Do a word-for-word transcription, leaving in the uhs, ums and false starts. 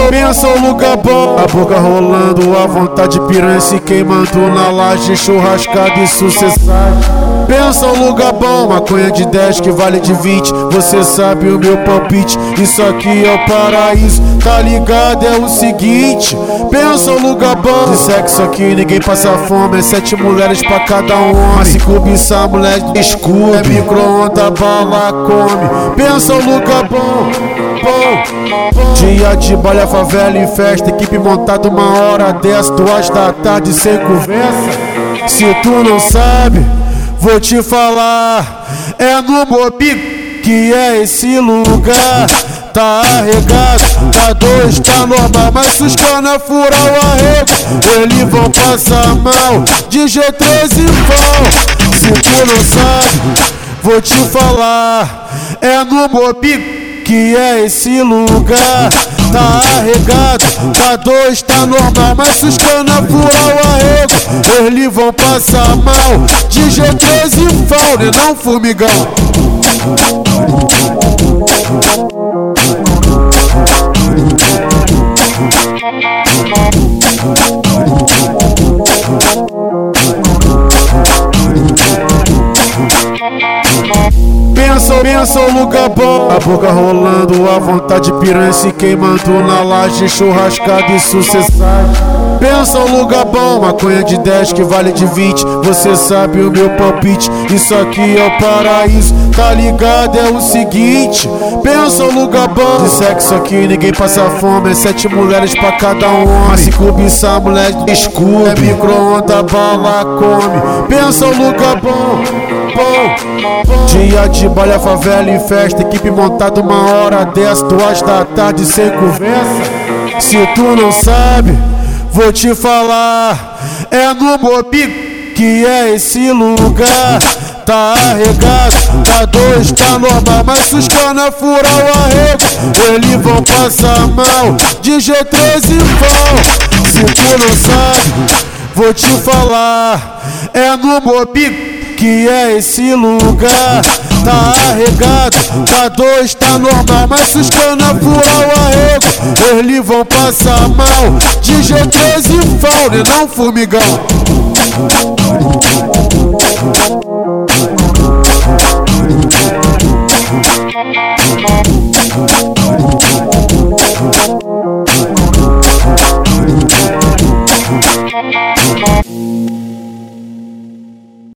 pensa um lugar bom. A boca rolando, a vontade piranha se queimando na laje, churrascada e sucessagem. Pensa um lugar bom, maconha de dez que vale de vinte. Você sabe o meu palpite, isso aqui é o paraíso, tá ligado? É o seguinte, pensa um lugar bom. De sexo aqui ninguém passa fome, é sete mulheres pra cada homem. Mas se cobiçar a mulher escuro, é micro-onda, bala, come. Pensa um lugar bom, bom, bom. Dia de baile, favela e festa, equipe montada uma hora dessa, duas da tarde sem conversa. Se tu não sabe, vou te falar, é no Mobi que é esse lugar. Tá arregado, tá dois, tá normal, mas se os cana furar o arrego, eles vão passar mal, de G treze vão. Se tu não sabe, vou te falar, é no Mobi que é esse lugar. Tá arregado, tá dois, tá normal, mas se os cana furar o arrego, eles vão passar mal, de G treze vão, e não formigão. Pensa, pensa um lugar bom. A boca rolando, a vontade piranha se queimando na laje, churrascada e sucessagem. Pensa um lugar bom, maconha de dez que vale de vinte. Você sabe o meu palpite, isso aqui é o paraíso, tá ligado? É o seguinte, pensa um lugar bom. De sexo aqui ninguém passa fome, é sete mulheres pra cada homem. Mas se cobiçar a mulher escuro, é micro-onda, bala, come. Pensa um lugar bom, bom, bom. Dia de baile, favela e festa, equipe montada uma hora dessa, duas da tarde sem conversa. Se tu não sabe, vou te falar, é no Mobi que é esse lugar. Tá arregado, tá dois, tá normal, mas se os cana furar o arrego, eles vão passar mal, de G treze vão. Se tu não sabe, vou te falar, é no Mobi que é esse lugar. Tá arregado, tá dois, tá normal, mas se os cana furar o arrego, eles vão passar mal, de G treze vão, e não formigão.